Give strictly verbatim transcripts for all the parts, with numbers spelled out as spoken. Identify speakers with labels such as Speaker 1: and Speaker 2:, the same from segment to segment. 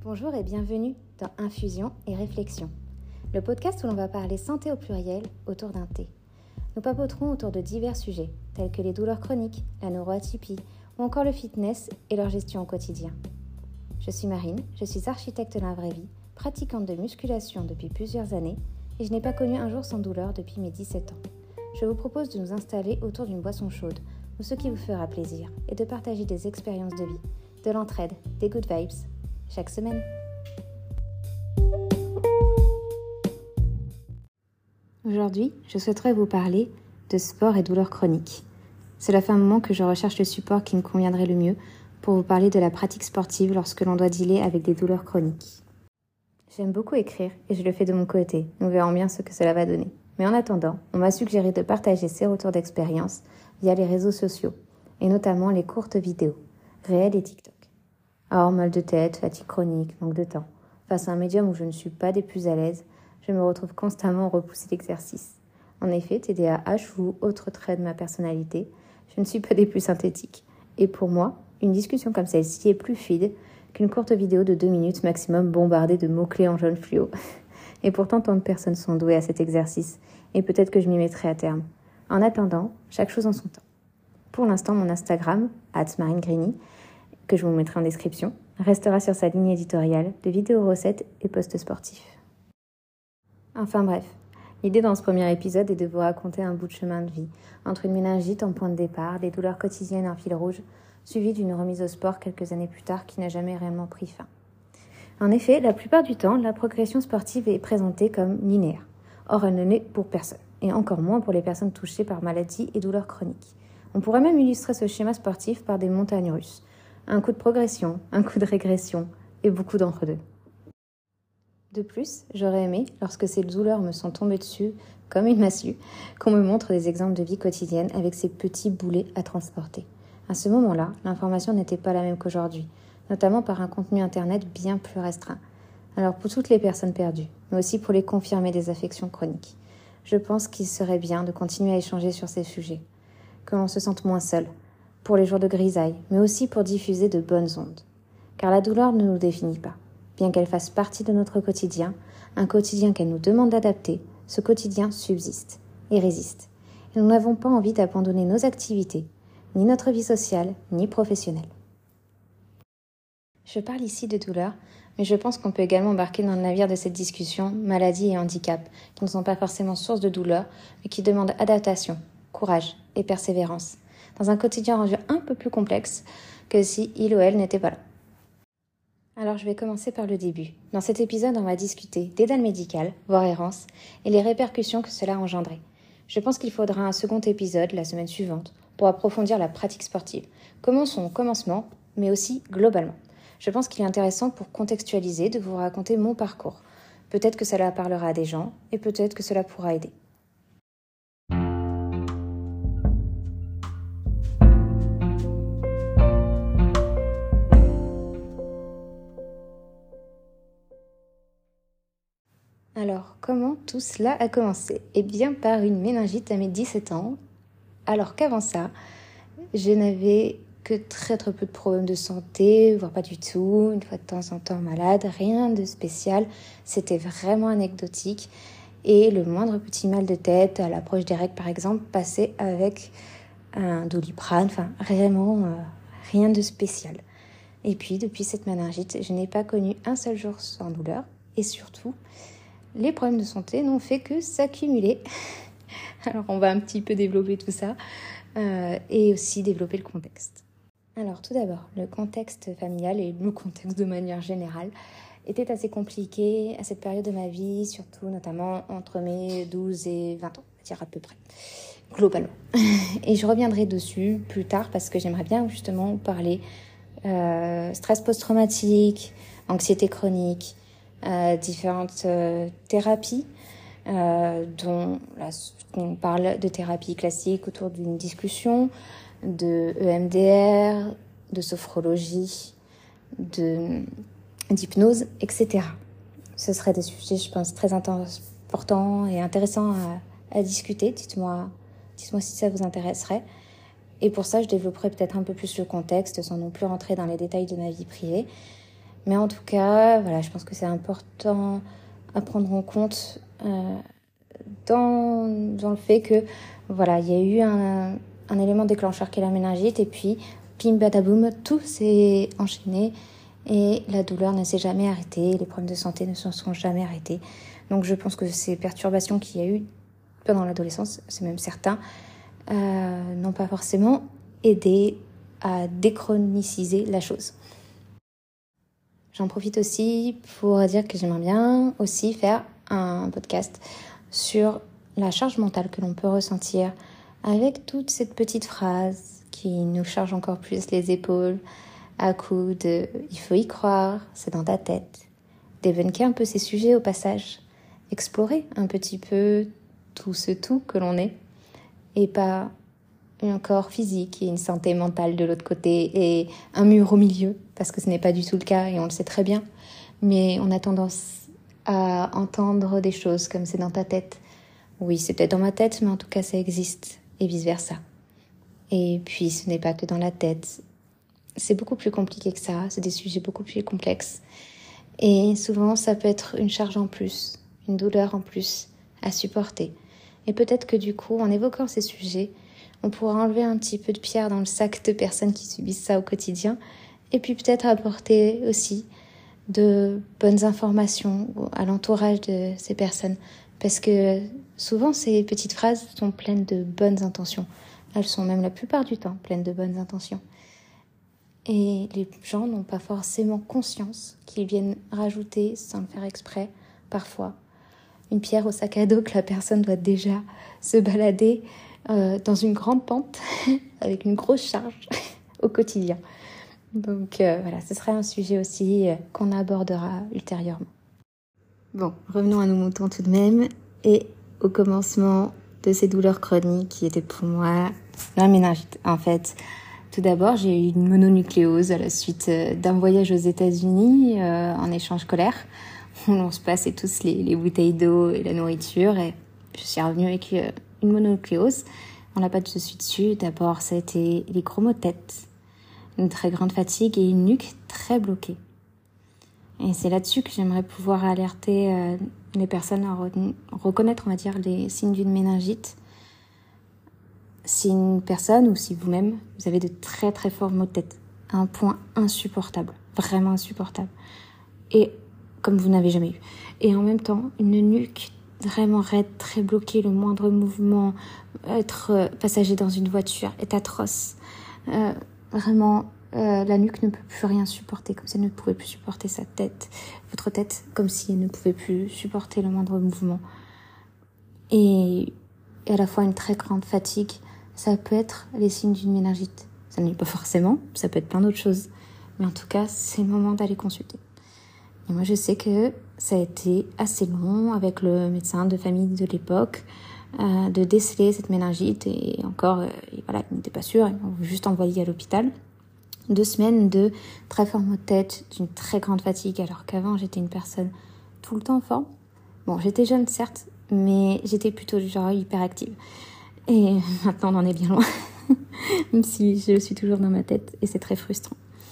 Speaker 1: Bonjour et bienvenue dans Infusion et Réflexion, le podcast où l'on va parler santé au pluriel autour d'un thé. Nous papoterons autour de divers sujets, tels que les douleurs chroniques, la neuroatypie ou encore le fitness et leur gestion au quotidien. Je suis Marine, je suis architecte dans la vraie vie, pratiquante de musculation depuis plusieurs années et je n'ai pas connu un jour sans douleur depuis mes dix-sept ans. Je vous propose de nous installer autour d'une boisson chaude ou ce qui vous fera plaisir et de partager des expériences de vie, de l'entraide, des good vibes, chaque semaine. Aujourd'hui, je souhaiterais vous parler de sport et douleurs chroniques. Cela fait un moment que je recherche le support qui me conviendrait le mieux pour vous parler de la pratique sportive lorsque l'on doit dealer avec des douleurs chroniques. J'aime beaucoup écrire et je le fais de mon côté, nous verrons bien ce que cela va donner. Mais en attendant, on m'a suggéré de partager ces retours d'expérience via les réseaux sociaux, et notamment les courtes vidéos, réelles et TikTok. Or, mal de tête, fatigue chronique, manque de temps. Face à un médium où je ne suis pas des plus à l'aise, je me retrouve constamment à repousser l'exercice. En effet, T D A H ou autre trait de ma personnalité, je ne suis pas des plus synthétiques. Et pour moi, une discussion comme celle-ci est plus fluide qu'une courte vidéo de deux minutes maximum bombardée de mots-clés en jaune fluo. Et pourtant, tant de personnes sont douées à cet exercice, et peut-être que je m'y mettrai à terme. En attendant, chaque chose en son temps. Pour l'instant, mon Instagram, arobase marinegrini, que je vous mettrai en description, restera sur sa ligne éditoriale de vidéos recettes et posts sportifs. Enfin bref, l'idée dans ce premier épisode est de vous raconter un bout de chemin de vie, entre une méningite en point de départ, des douleurs quotidiennes en fil rouge, suivie d'une remise au sport quelques années plus tard qui n'a jamais réellement pris fin. En effet, la plupart du temps, la progression sportive est présentée comme linéaire. Or, elle ne l'est pour personne, et encore moins pour les personnes touchées par maladies et douleurs chroniques. On pourrait même illustrer ce schéma sportif par des montagnes russes. Un coup de progression, un coup de régression, et beaucoup d'entre-deux. De plus, j'aurais aimé, lorsque ces douleurs me sont tombées dessus, comme une massue, qu'on me montre des exemples de vie quotidienne avec ces petits boulets à transporter. À ce moment-là, l'information n'était pas la même qu'aujourd'hui, notamment par un contenu internet bien plus restreint. Alors pour toutes les personnes perdues, mais aussi pour les confirmés des affections chroniques, je pense qu'il serait bien de continuer à échanger sur ces sujets, que l'on se sente moins seul, pour les jours de grisaille, mais aussi pour diffuser de bonnes ondes. Car la douleur ne nous définit pas. Bien qu'elle fasse partie de notre quotidien, un quotidien qu'elle nous demande d'adapter, ce quotidien subsiste et résiste. Et nous n'avons pas envie d'abandonner nos activités, ni notre vie sociale, ni professionnelle. Je parle ici de douleur, mais je pense qu'on peut également embarquer dans le navire de cette discussion maladie et handicap, qui ne sont pas forcément source de douleur, mais qui demandent adaptation, courage et persévérance, dans un quotidien rendu un peu plus complexe que si il ou elle n'était pas là. Alors je vais commencer par le début. Dans cet épisode, on va discuter dédale médicale, voire errance, et les répercussions que cela a engendré. Je pense qu'il faudra un second épisode la semaine suivante pour approfondir la pratique sportive. Commençons au commencement, mais aussi globalement. Je pense qu'il est intéressant pour contextualiser de vous raconter mon parcours. Peut-être que cela parlera à des gens, et peut-être que cela pourra aider. Alors, comment tout cela a commencé ? Eh bien, par une méningite à mes dix-sept ans, alors qu'avant ça, je n'avais que très très peu de problèmes de santé, voire pas du tout, une fois de temps en temps malade, rien de spécial, c'était vraiment anecdotique. Et le moindre petit mal de tête, à l'approche des règles par exemple, passait avec un Doliprane, enfin vraiment euh, rien de spécial. Et puis, depuis cette méningite, je n'ai pas connu un seul jour sans douleur, et surtout, les problèmes de santé n'ont fait que s'accumuler. Alors, on va un petit peu développer tout ça euh, et aussi développer le contexte. Alors, tout d'abord, le contexte familial et le contexte de manière générale était assez compliqué à cette période de ma vie, surtout notamment entre mes douze et vingt ans, on va dire à peu près, globalement. Et je reviendrai dessus plus tard parce que j'aimerais bien justement parler euh, stress post-traumatique, anxiété chronique, Euh, différentes euh, thérapies, euh, dont là, on parle de thérapie classique autour d'une discussion, de E M D R, de sophrologie, de, d'hypnose, et cetera. Ce seraient des sujets, je pense, très importants et intéressants à, à discuter. Dites-moi, dites-moi si ça vous intéresserait. Et pour ça, je développerai peut-être un peu plus le contexte, sans non plus rentrer dans les détails de ma vie privée. Mais en tout cas, voilà, je pense que c'est important à prendre en compte euh, dans, dans le fait que, voilà, il y a eu un, un élément déclencheur qui est la méningite, et puis, pim badaboum, tout s'est enchaîné, et la douleur ne s'est jamais arrêtée, les problèmes de santé ne se sont jamais arrêtés. Donc je pense que ces perturbations qu'il y a eu pendant l'adolescence, c'est même certain, euh, n'ont pas forcément aidé à déchroniciser la chose. J'en profite aussi pour dire que j'aimerais bien aussi faire un podcast sur la charge mentale que l'on peut ressentir avec toute cette petite phrase qui nous charge encore plus les épaules à coup de « il faut y croire, c'est dans ta tête ». Débunker un peu ces sujets au passage, explorer un petit peu tout ce tout que l'on est et pas un corps physique et une santé mentale de l'autre côté et un mur au milieu, parce que ce n'est pas du tout le cas et on le sait très bien. Mais on a tendance à entendre des choses comme c'est dans ta tête. Oui, c'est peut-être dans ma tête, mais en tout cas ça existe et vice-versa. Et puis ce n'est pas que dans la tête. C'est beaucoup plus compliqué que ça, c'est des sujets beaucoup plus complexes. Et souvent ça peut être une charge en plus, une douleur en plus à supporter. Et peut-être que du coup, en évoquant ces sujets, on pourra enlever un petit peu de pierre dans le sac de personnes qui subissent ça au quotidien et puis peut-être apporter aussi de bonnes informations à l'entourage de ces personnes. Parce que souvent, ces petites phrases sont pleines de bonnes intentions. Elles sont même la plupart du temps pleines de bonnes intentions. Et les gens n'ont pas forcément conscience qu'ils viennent rajouter, sans le faire exprès, parfois, une pierre au sac à dos que la personne doit déjà se balader Euh, dans une grande pente avec une grosse charge au quotidien. Donc euh, voilà, ce serait un sujet aussi euh, qu'on abordera ultérieurement. Bon, revenons à nos moutons tout de même et au commencement de ces douleurs chroniques qui étaient pour moi la méningite. En fait, tout d'abord, j'ai eu une mononucléose à la suite d'un voyage aux États-Unis euh, en échange scolaire où on se passait tous les, les bouteilles d'eau et la nourriture et je suis revenue avec euh, une mononucléose. On l'a pas de suite dessus. D'abord, ça a été les gros maux de tête, une très grande fatigue et une nuque très bloquée. Et c'est là-dessus que j'aimerais pouvoir alerter euh, les personnes à re- reconnaître, on va dire, les signes d'une méningite. Si une personne ou si vous-même, vous avez de très très forts maux de tête, à un point insupportable, vraiment insupportable, et comme vous n'avez jamais eu. Et en même temps, une nuque vraiment raide, très bloquée, le moindre mouvement, être passager dans une voiture est atroce. Euh, vraiment, euh, la nuque ne peut plus rien supporter, comme si elle ne pouvait plus supporter sa tête, votre tête, comme si elle ne pouvait plus supporter le moindre mouvement. Et, et à la fois une très grande fatigue, ça peut être les signes d'une méningite. Ça n'est pas forcément, ça peut être plein d'autres choses. Mais en tout cas, c'est le moment d'aller consulter. Et moi, je sais que ça a été assez long avec le médecin de famille de l'époque euh, de déceler cette méningite. Et encore, euh, voilà, il n'était pas sûr, ils m'ont juste envoyé à l'hôpital. Deux semaines de très fort maux de tête, d'une très grande fatigue, alors qu'avant, j'étais une personne tout le temps en forme. Bon, j'étais jeune, certes, mais j'étais plutôt du genre hyperactive. Et maintenant, on en est bien loin, même si je suis toujours dans ma tête, et c'est très frustrant.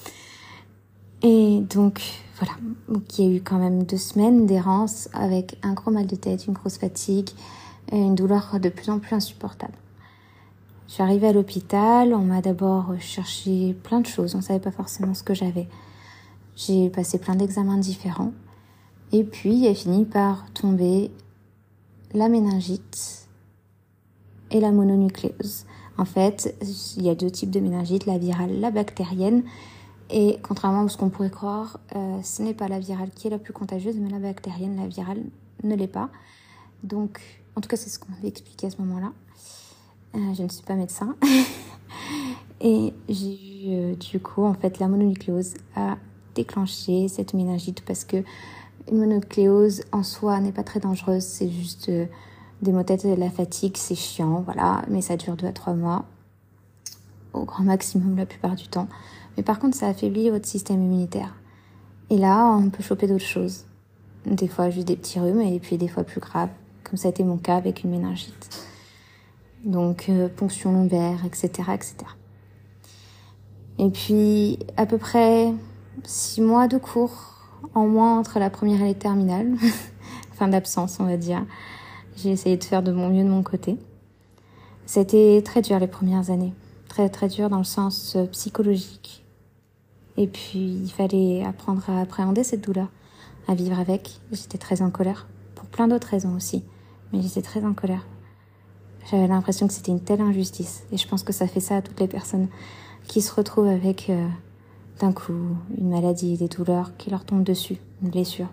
Speaker 1: Et donc, voilà, donc, il y a eu quand même deux semaines d'errance avec un gros mal de tête, une grosse fatigue et une douleur de plus en plus insupportable. Je suis arrivée à l'hôpital, on m'a d'abord cherché plein de choses, on ne savait pas forcément ce que j'avais. J'ai passé plein d'examens différents et puis il a fini par tomber la méningite et la mononucléose. En fait, il y a deux types de méningite, la virale, la bactérienne. Et contrairement à ce qu'on pourrait croire, euh, ce n'est pas la virale qui est la plus contagieuse, mais la bactérienne, la virale, ne l'est pas. Donc, en tout cas, c'est ce qu'on m'avait expliqué à ce moment-là. Euh, je ne suis pas médecin. Et j'ai eu, euh, du coup, en fait, la mononucléose a déclenché cette méningite parce que une mononucléose, en soi, n'est pas très dangereuse. C'est juste euh, des maux de tête et de la fatigue, c'est chiant, voilà. Mais ça dure deux à trois mois, au grand maximum la plupart du temps. Mais par contre, ça affaiblit votre système immunitaire. Et là, on peut choper d'autres choses. Des fois, juste des petits rhumes, et puis des fois plus graves, comme ça a été mon cas avec une méningite. Donc, euh, ponction lombaire, et cetera, et cetera. Et puis, à peu près six mois de cours en moins entre la première et les terminales, fin d'absence on va dire. J'ai essayé de faire de mon mieux de mon côté. C'était très dur les premières années, très très dur dans le sens psychologique. Et puis il fallait apprendre à appréhender cette douleur, à vivre avec. J'étais très en colère, pour plein d'autres raisons aussi, mais j'étais très en colère. J'avais l'impression que c'était une telle injustice, et je pense que ça fait ça à toutes les personnes qui se retrouvent avec euh, d'un coup une maladie, des douleurs qui leur tombent dessus, une blessure.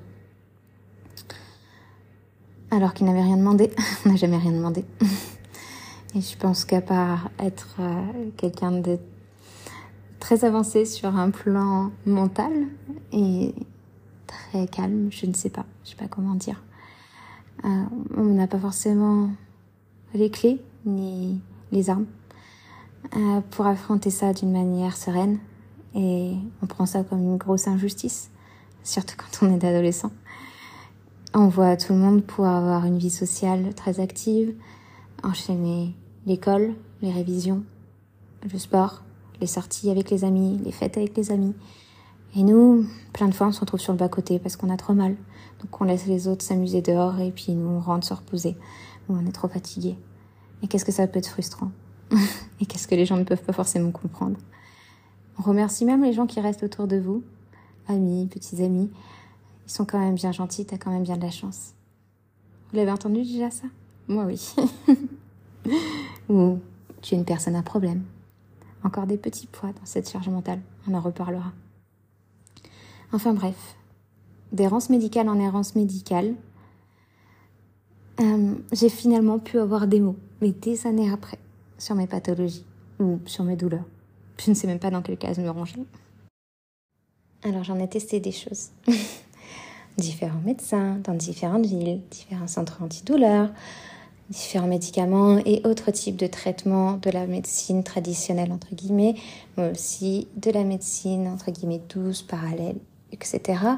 Speaker 1: Alors qu'ils n'avaient rien demandé, on n'a jamais rien demandé. Et je pense qu'à part être euh, quelqu'un de très avancé sur un plan mental et très calme, je ne sais pas, je sais pas comment dire. Euh, on n'a pas forcément les clés ni les armes euh, pour affronter ça d'une manière sereine, et on prend ça comme une grosse injustice, surtout quand on est adolescent. On voit tout le monde pouvoir avoir une vie sociale très active, enchaîner l'école, les révisions, le sport, les sorties avec les amis, les fêtes avec les amis. Et nous, plein de fois, on se retrouve sur le bas-côté parce qu'on a trop mal. Donc on laisse les autres s'amuser dehors et puis nous, on rentre se reposer. Ou on est trop fatigué. Et qu'est-ce que ça peut être frustrant. Et qu'est-ce que les gens ne peuvent pas forcément comprendre. On remercie même les gens qui restent autour de vous. Amis, petits amis. Ils sont quand même bien gentils, t'as quand même bien de la chance. Vous l'avez entendu déjà ça? Moi oui. Ou tu es une personne à problème. Encore des petits poids dans cette charge mentale, on en reparlera. Enfin bref, d'errance médicale en errance médicale, euh, j'ai finalement pu avoir des mots, mais des années après, sur mes pathologies ou sur mes douleurs. Je ne sais même pas dans quelle case me ranger. Alors j'en ai testé des choses. Différents médecins, dans différentes villes, différents centres antidouleurs, différents médicaments et autres types de traitements de la médecine traditionnelle, entre guillemets, mais aussi de la médecine, entre guillemets, douce, parallèle, et cetera.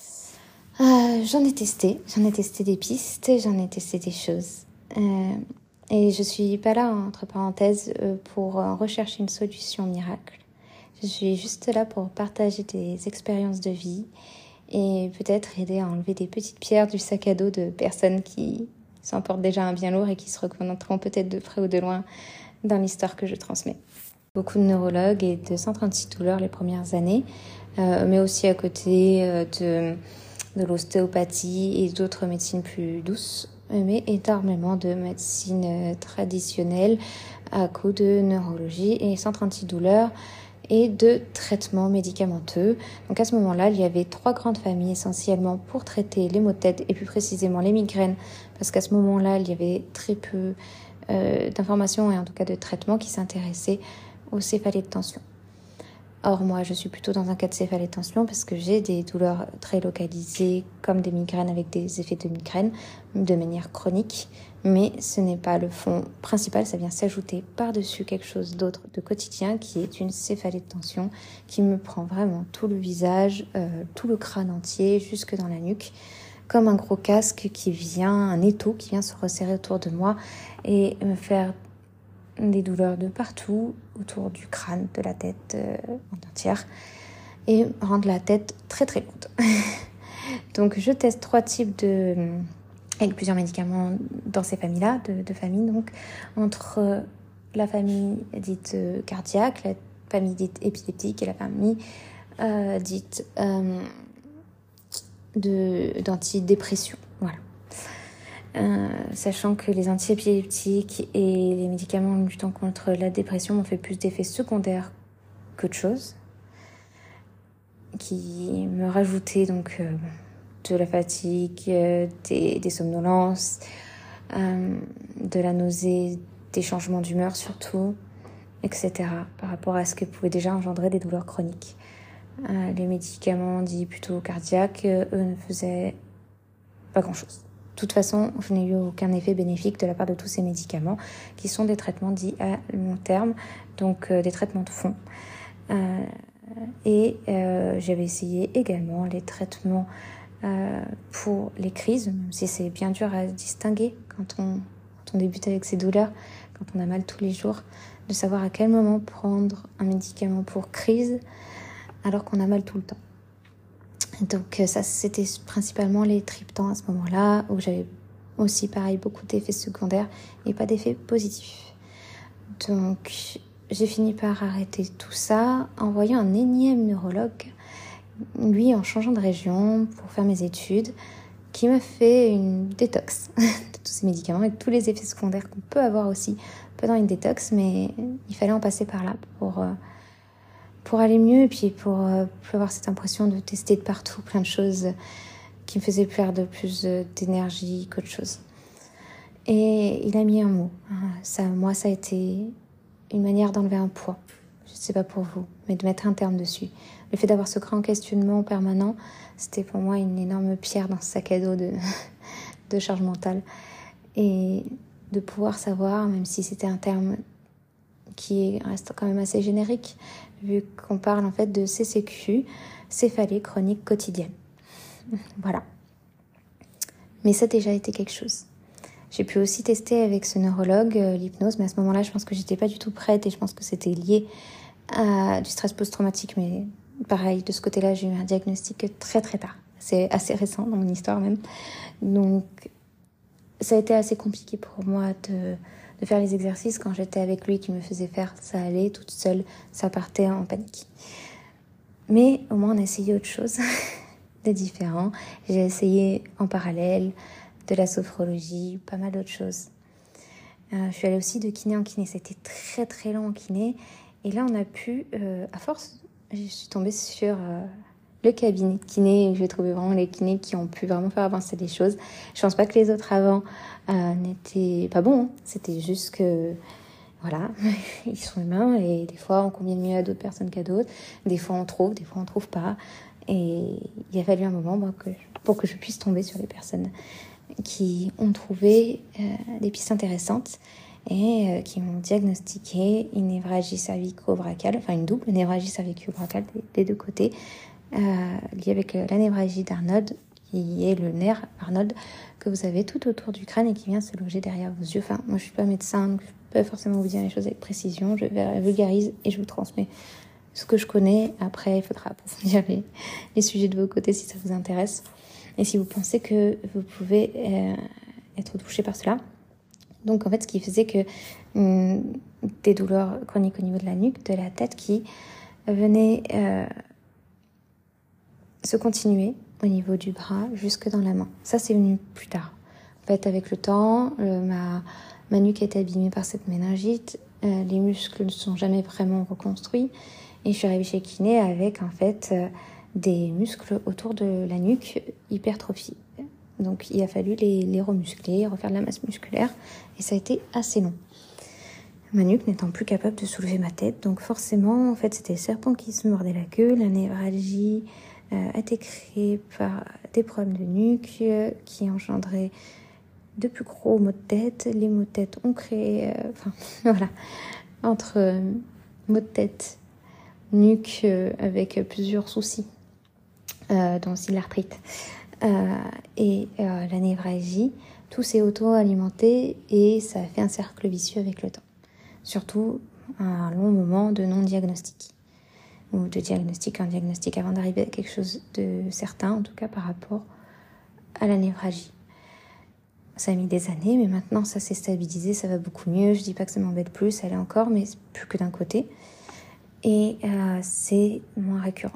Speaker 1: Euh, j'en ai testé, j'en ai testé des pistes, j'en ai testé des choses. Euh, et je suis pas là, entre parenthèses, pour rechercher une solution miracle. Je suis juste là pour partager des expériences de vie et peut-être aider à enlever des petites pierres du sac à dos de personnes qui s'emportent déjà un bien lourd et qui se reconnaîtront peut-être de près ou de loin dans l'histoire que je transmets. Beaucoup de neurologues et de centres antidouleurs les premières années, euh, mais aussi à côté euh, de, de l'ostéopathie et d'autres médecines plus douces, mais énormément de médecine euh, traditionnelle à coup de neurologie et centres antidouleurs et de traitements médicamenteux. Donc à ce moment-là, il y avait trois grandes familles essentiellement pour traiter les maux de tête et plus précisément les migraines, parce qu'à ce moment-là, il y avait très peu euh, d'informations et en tout cas de traitements qui s'intéressaient aux céphalées de tension. Or, moi, je suis plutôt dans un cas de céphalée de tension parce que j'ai des douleurs très localisées, comme des migraines avec des effets de migraine, de manière chronique. Mais ce n'est pas le fond principal, ça vient s'ajouter par-dessus quelque chose d'autre de quotidien qui est une céphalée de tension qui me prend vraiment tout le visage, euh, tout le crâne entier, jusque dans la nuque, comme un gros casque qui vient, un étau qui vient se resserrer autour de moi et me faire des douleurs de partout, autour du crâne, de la tête euh, en entière, et rendre la tête très très lourde. Donc je teste trois types de... avec plusieurs médicaments dans ces familles-là, de, de familles, donc entre la famille dite euh, cardiaque, la famille dite épileptique et la famille euh, dite euh, de, d'antidépression. Voilà. Euh, sachant que les antiépileptiques et les médicaments luttant contre la dépression m'ont fait plus d'effets secondaires qu'autre chose, qui me rajoutaient donc euh, de la fatigue, euh, des, des somnolences, euh, de la nausée, des changements d'humeur surtout, et cetera par rapport à ce que pouvaient déjà engendrer des douleurs chroniques. Euh, les médicaments dits plutôt cardiaques, euh, eux ne faisaient pas grand-chose. De toute façon, je n'ai eu aucun effet bénéfique de la part de tous ces médicaments, qui sont des traitements dits à long terme, donc euh, des traitements de fond. Euh, et euh, j'avais essayé également les traitements euh, pour les crises, même si c'est bien dur à distinguer quand on, quand on débute avec ces douleurs, quand on a mal tous les jours, de savoir à quel moment prendre un médicament pour crise alors qu'on a mal tout le temps. Donc ça, c'était principalement les triptans à ce moment-là, où j'avais aussi, pareil, beaucoup d'effets secondaires et pas d'effets positifs. Donc j'ai fini par arrêter tout ça en voyant un énième neurologue, lui en changeant de région pour faire mes études, qui m'a fait une détox de tous ces médicaments et de tous les effets secondaires qu'on peut avoir aussi pendant une détox, mais il fallait en passer par là pour... Euh, pour aller mieux et puis pour, euh, pour avoir cette impression de tester de partout plein de choses qui me faisaient perdre plus d'énergie qu'autre chose. Et il a mis un mot. Ça, moi, ça a été une manière d'enlever un poids. Je ne sais pas pour vous, mais de mettre un terme dessus. Le fait d'avoir ce grand questionnement permanent, c'était pour moi une énorme pierre dans ce sac à dos de, de charge mentale. Et de pouvoir savoir, même si c'était un terme qui reste quand même assez générique, vu qu'on parle en fait de C C Q, céphalée chronique quotidienne. Voilà. Mais ça a déjà été quelque chose. J'ai pu aussi tester avec ce neurologue euh, l'hypnose, mais à ce moment-là, je pense que j'étais pas du tout prête et je pense que c'était lié à du stress post-traumatique. Mais pareil, de ce côté-là, j'ai eu un diagnostic très très tard. C'est assez récent dans mon histoire même. Donc, ça a été assez compliqué pour moi de... de faire les exercices. Quand j'étais avec lui qui me faisait faire, ça allait toute seule, ça partait en panique. Mais au moins on a essayé autre chose de différent. J'ai essayé en parallèle de la sophrologie, pas mal d'autres choses. Euh, je suis allée aussi de kiné en kiné, c'était très très long en kiné. Et là on a pu, euh, à force, je suis tombée sur euh, le cabinet de kiné. J'ai trouvé vraiment les kinés qui ont pu vraiment faire avancer les choses. Je pense pas que les autres avant euh, n'étaient pas bons, hein. C'était juste que, voilà, ils sont humains et des fois on convient mieux à d'autres personnes qu'à d'autres. Des fois on trouve, des fois on trouve pas. Et il a fallu un moment moi, que, pour que je puisse tomber sur les personnes qui ont trouvé euh, des pistes intéressantes et euh, qui m'ont diagnostiqué une névralgie cervico-brachale, enfin une double névralgie cervico-brachale des, des deux côtés, euh, liée avec euh, la névralgie d'Arnold, qui est le nerf Arnold que vous avez tout autour du crâne et qui vient se loger derrière vos yeux. Enfin, moi je suis pas médecin, donc je peux pas forcément vous dire les choses avec précision, je vulgarise et je vous transmets ce que je connais. Après, il faudra approfondir les, les sujets de vos côtés si ça vous intéresse. Et si vous pensez que vous pouvez euh, être touché par cela. Donc en fait, ce qui faisait que hum, des douleurs chroniques au niveau de la nuque, de la tête, qui venaient euh, se continuer au niveau du bras jusque dans la main. Ça, c'est venu plus tard. En fait, avec le temps, le, ma, ma nuque est abîmée par cette méningite. Euh, les muscles ne sont jamais vraiment reconstruits. Et je suis arrivée chez kiné avec en fait euh, des muscles autour de la nuque hypertrophiés. Donc il a fallu les, les remuscler, refaire de la masse musculaire et ça a été assez long. Ma nuque n'étant plus capable de soulever ma tête, donc forcément en fait c'était le serpent qui se mordait la queue. La névralgie euh, a été créée par des problèmes de nuque euh, qui engendraient de plus gros maux de tête. Les maux de tête ont créé, euh, enfin voilà, entre euh, maux de tête, nuque euh, avec plusieurs soucis, euh, dont aussi l'arthrite euh, et euh, la névralgie, tout s'est auto-alimenté et ça a fait un cercle vicieux avec le temps. Surtout un long moment de non-diagnostic ou de diagnostic en diagnostic avant d'arriver à quelque chose de certain, en tout cas par rapport à la névralgie. Ça a mis des années, mais maintenant ça s'est stabilisé, ça va beaucoup mieux. Je dis pas que ça m'embête plus, ça l'est encore, mais plus que d'un côté. Et euh, c'est moins récurrent.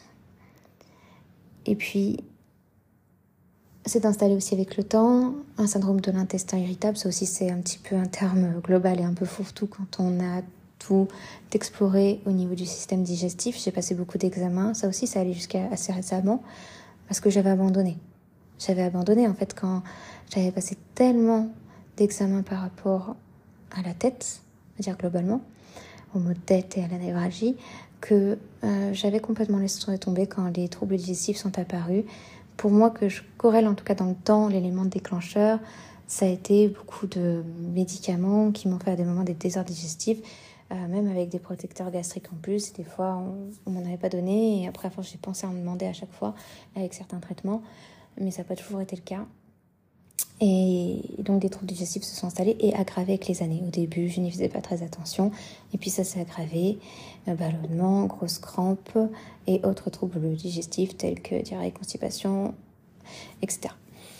Speaker 1: Et puis, c'est installé aussi avec le temps. Un syndrome de l'intestin irritable, ça aussi c'est un petit peu un terme global et un peu fourre-tout quand on a tout exploré au niveau du système digestif. J'ai passé beaucoup d'examens, ça aussi ça allait jusqu'à assez récemment, parce que j'avais abandonné. J'avais abandonné en fait quand j'avais passé tellement d'examens par rapport à la tête, c'est-à-dire globalement, aux maux de tête et à la névralgie, que euh, j'avais complètement laissé tomber quand les troubles digestifs sont apparus. Pour moi, que je corrèle en tout cas dans le temps l'élément déclencheur, ça a été beaucoup de médicaments qui m'ont fait à des moments des désordres digestifs, euh, même avec des protecteurs gastriques en plus. Des fois, on, on m'en avait pas donné et après, à force, j'ai pensé à en demander à chaque fois avec certains traitements, mais ça n'a pas toujours été le cas. Et donc des troubles digestifs se sont installés et aggravés avec les années. Au début, je n'y faisais pas très attention. Et puis ça s'est aggravé. Euh, ballonnement, grosses crampes et autres troubles digestifs tels que diarrhée, constipation, et cetera.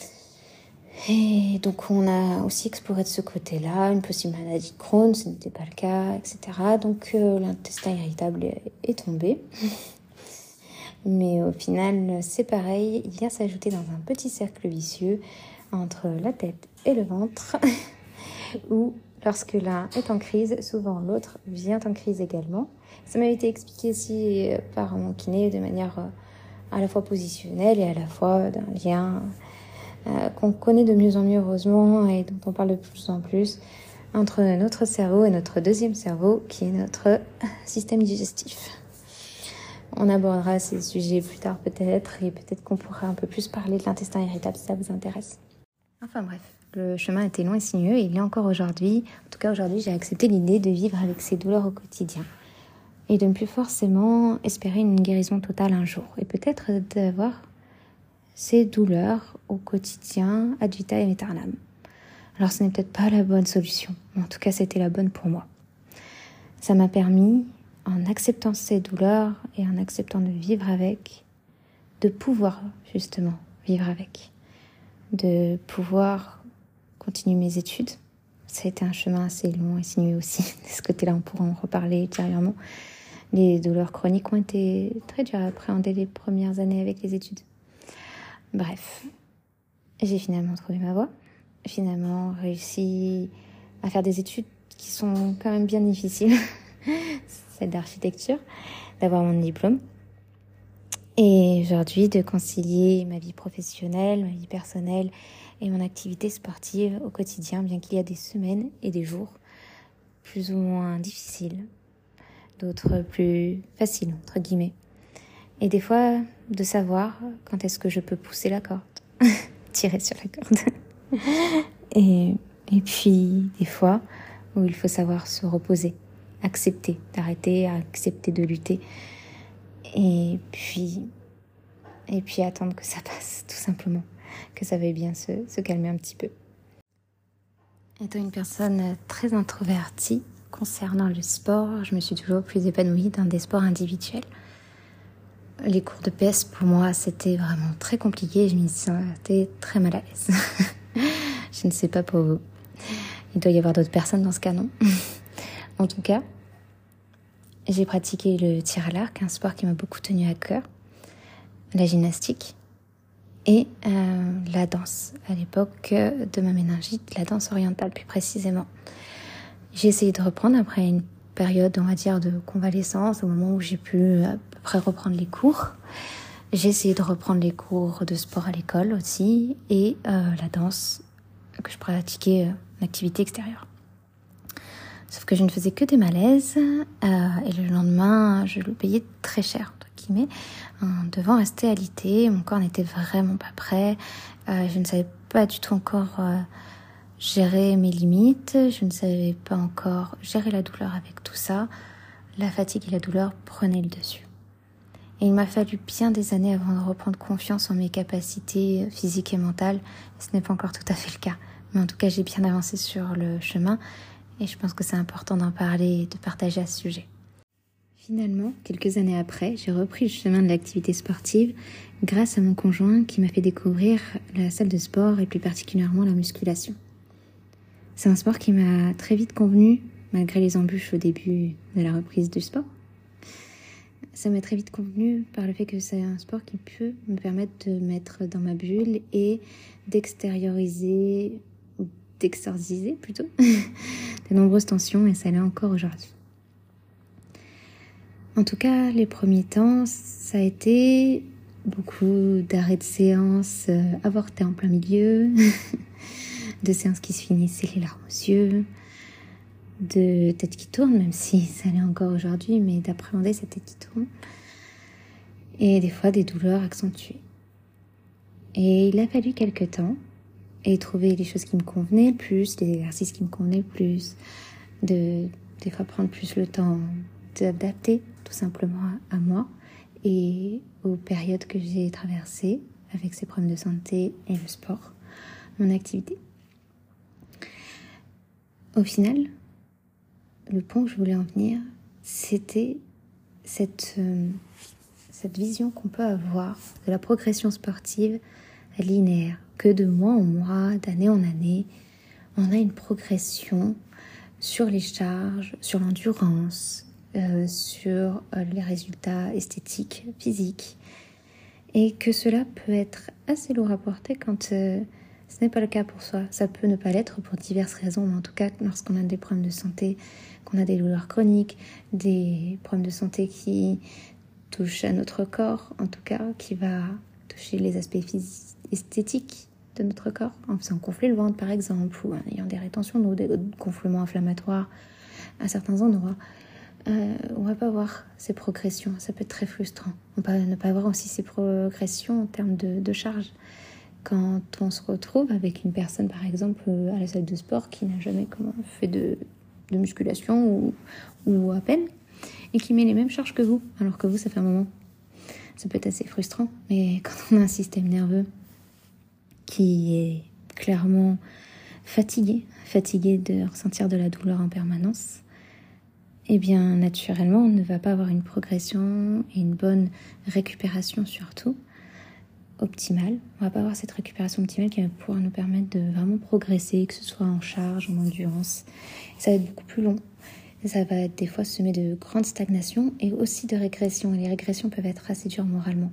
Speaker 1: Et donc on a aussi exploré de ce côté-là une possible maladie de Crohn, ce n'était pas le cas, et cetera. Donc euh, l'intestin irritable est, est tombé. Mais au final, c'est pareil, il vient s'ajouter dans un petit cercle vicieux entre la tête et le ventre, où lorsque l'un est en crise, souvent l'autre vient en crise également. Ça m'a été expliqué aussi par mon kiné de manière à la fois positionnelle et à la fois d'un lien euh, qu'on connaît de mieux en mieux heureusement et dont on parle de plus en plus entre notre cerveau et notre deuxième cerveau qui est notre système digestif. On abordera ces sujets plus tard peut-être et peut-être qu'on pourra un peu plus parler de l'intestin irritable si ça vous intéresse. Enfin bref, le chemin était long et sinueux et il l'est encore aujourd'hui. En tout cas aujourd'hui j'ai accepté l'idée de vivre avec ces douleurs au quotidien et de ne plus forcément espérer une guérison totale un jour et peut-être d'avoir ces douleurs au quotidien ad vitam aeternam. Alors ce n'est peut-être pas la bonne solution, mais en tout cas c'était la bonne pour moi. Ça m'a permis, en acceptant ces douleurs et en acceptant de vivre avec, de pouvoir justement vivre avec, de pouvoir continuer mes études. Ça a été un chemin assez long et sinueux aussi. De ce côté-là, on pourra en reparler ultérieurement. Les douleurs chroniques ont été très dures à appréhender les premières années avec les études. Bref, j'ai finalement trouvé ma voie, finalement réussi à faire des études qui sont quand même bien difficiles, celle d'architecture, d'avoir mon diplôme. Et aujourd'hui, de concilier ma vie professionnelle, ma vie personnelle et mon activité sportive au quotidien, bien qu'il y a des semaines et des jours plus ou moins difficiles, d'autres plus faciles, entre guillemets. Et des fois, de savoir quand est-ce que je peux pousser la corde, tirer sur la corde. et, et puis, des fois, où il faut savoir se reposer, accepter d'arrêter, accepter de lutter. Et puis, et puis attendre que ça passe, tout simplement. Que ça veuille bien se, se calmer un petit peu. Étant une personne très introvertie concernant le sport, je me suis toujours plus épanouie dans des sports individuels. Les cours de P S, pour moi, c'était vraiment très compliqué. Je m'y sentais très mal à l'aise. Je ne sais pas pour vous. Il doit y avoir d'autres personnes dans ce cas, non? En tout cas, j'ai pratiqué le tir à l'arc, un sport qui m'a beaucoup tenu à cœur, la gymnastique et euh, la danse. À l'époque de ma méningite, la danse orientale plus précisément. J'ai essayé de reprendre après une période, on va dire, de convalescence, au moment où j'ai pu à peu près reprendre les cours. J'ai essayé de reprendre les cours de sport à l'école aussi et euh, la danse que je pratiquais en activité extérieure. Sauf que je ne faisais que des malaises euh, et le lendemain, je le payais très cher, entre guillemets, en devant rester alité. Mon corps n'était vraiment pas prêt. Euh, je ne savais pas du tout encore euh, gérer mes limites. Je ne savais pas encore gérer la douleur avec tout ça. La fatigue et la douleur prenaient le dessus. Et il m'a fallu bien des années avant de reprendre confiance en mes capacités physiques et mentales. Ce n'est pas encore tout à fait le cas. Mais en tout cas, j'ai bien avancé sur le chemin. Et je pense que c'est important d'en parler et de partager à ce sujet. Finalement, quelques années après, j'ai repris le chemin de l'activité sportive grâce à mon conjoint qui m'a fait découvrir la salle de sport et plus particulièrement la musculation. C'est un sport qui m'a très vite convenu, malgré les embûches au début de la reprise du sport. Ça m'a très vite convenu par le fait que c'est un sport qui peut me permettre de mettre dans ma bulle et d'extérioriser, ou d'exorciser plutôt, de nombreuses tensions et ça l'est encore aujourd'hui. En tout cas, les premiers temps, ça a été beaucoup d'arrêts de séances euh, avortés en plein milieu, de séances qui se finissaient les larmes aux yeux, de tête qui tourne, même si ça l'est encore aujourd'hui, mais d'appréhender cette tête qui tourne, et des fois des douleurs accentuées. Et il a fallu quelques temps et trouver les choses qui me convenaient le plus, les exercices qui me convenaient le plus, de des fois prendre plus le temps d'adapter tout simplement à, à moi et aux périodes que j'ai traversées avec ces problèmes de santé et le sport. mon activité. Au final, le point où je voulais en venir, c'était cette, euh, cette vision qu'on peut avoir de la progression sportive linéaire, que de mois en mois, d'année en année, on a une progression sur les charges, sur l'endurance, euh, sur euh, les résultats esthétiques, physiques, et que cela peut être assez lourd à porter quand euh, ce n'est pas le cas pour soi. Ça peut ne pas l'être pour diverses raisons, mais en tout cas lorsqu'on a des problèmes de santé, qu'on a des douleurs chroniques, des problèmes de santé qui touchent à notre corps, en tout cas qui va toucher les aspects physiques, esthétiques de notre corps, en faisant gonfler le ventre par exemple, ou en ayant des rétentions d'eau, des gonflements inflammatoires à certains endroits. Euh, on va pas voir ces progressions, ça peut être très frustrant. On peut ne pas voir aussi ces progressions en termes de, de charge. Quand on se retrouve avec une personne par exemple à la salle de sport qui n'a jamais comment, fait de, de musculation ou, ou à peine, et qui met les mêmes charges que vous, alors que vous ça fait un moment. Ça peut être assez frustrant, mais quand on a un système nerveux qui est clairement fatigué, fatigué de ressentir de la douleur en permanence, eh bien naturellement on ne va pas avoir une progression et une bonne récupération surtout optimale. On va pas avoir cette récupération optimale qui va pouvoir nous permettre de vraiment progresser, que ce soit en charge, en endurance. Ça va être beaucoup plus long. Ça va être des fois semer de grandes stagnations et aussi de régressions. Et les régressions peuvent être assez dures moralement.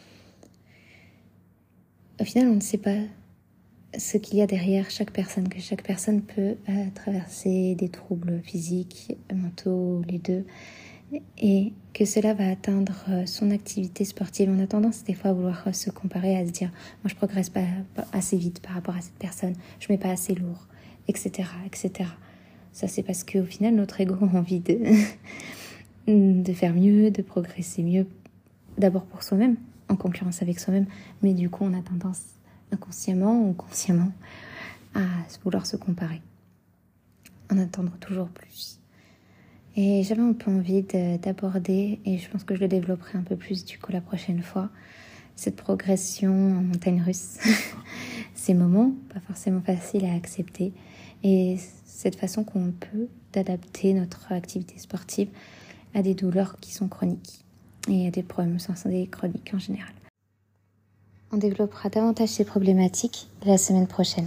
Speaker 1: Au final, on ne sait pas ce qu'il y a derrière chaque personne, que chaque personne peut euh, traverser des troubles physiques, mentaux, les deux, et que cela va atteindre son activité sportive. On a tendance des fois à vouloir se comparer, à se dire « moi je progresse pas, pas assez vite par rapport à cette personne, je mets pas assez lourd, et cetera et cetera » Ça c'est parce qu'au final notre ego a envie de, de faire mieux, de progresser mieux, d'abord pour soi-même, en concurrence avec soi-même, mais du coup on a tendance inconsciemment ou consciemment à vouloir se comparer, en attendre toujours plus. Et j'avais un peu envie de, d'aborder, et je pense que je le développerai un peu plus du coup la prochaine fois, cette progression en montagne russe, ces moments pas forcément faciles à accepter, et cette façon qu'on peut d'adapter notre activité sportive à des douleurs qui sont chroniques et à des problèmes de santé chroniques en général. On développera davantage ces problématiques la semaine prochaine.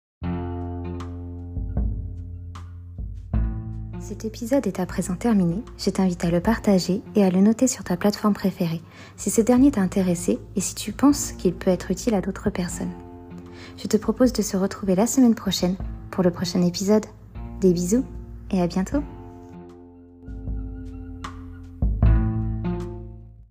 Speaker 1: Cet épisode est à présent terminé, je t'invite à le partager et à le noter sur ta plateforme préférée si ce dernier t'a intéressé et si tu penses qu'il peut être utile à d'autres personnes. Je te propose de se retrouver la semaine prochaine pour le prochain épisode. Des bisous et à bientôt!